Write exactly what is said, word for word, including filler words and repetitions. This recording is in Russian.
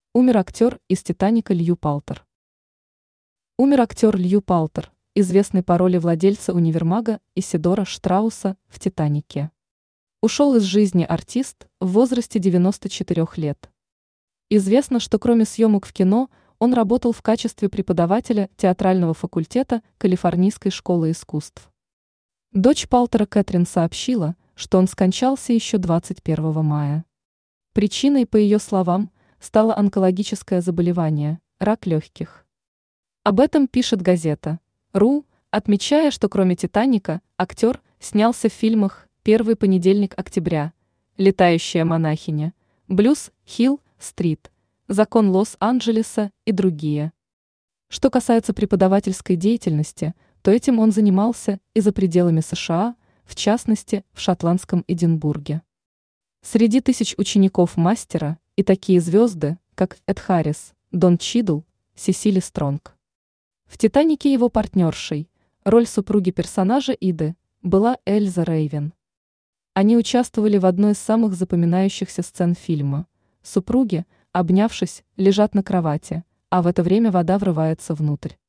Умер актер из «Титаника» Лью Палтер. Умер актер Лью Палтер, известный по роли владельца универмага Исидора Штрауса в «Титанике». Ушел из жизни артист в возрасте девяноста четырёх лет. Известно, что кроме съемок в кино, он работал в качестве преподавателя театрального факультета Калифорнийской школы искусств. Дочь Палтера Кэтрин сообщила, что он скончался еще двадцать первого мая. Причиной, по ее словам, стало онкологическое заболевание – рак легких. Об этом пишет газета «Ру», отмечая, что кроме «Титаника» актер снялся в фильмах «Первый понедельник октября», «Летающая монахиня», «Блюз Хилл-стрит», «Закон Лос-Анджелеса» и другие. Что касается преподавательской деятельности, то этим он занимался и за пределами США, в частности, в шотландском Эдинбурге. Среди тысяч учеников мастера и такие звезды, как Эд Харрис, Дон Чидл, Сесили Стронг. В «Титанике» его партнершей, роль супруги персонажа Иды, была Эльза Рейвен. Они участвовали в одной из самых запоминающихся сцен фильма. Супруги, обнявшись, лежат на кровати, а в это время вода врывается внутрь.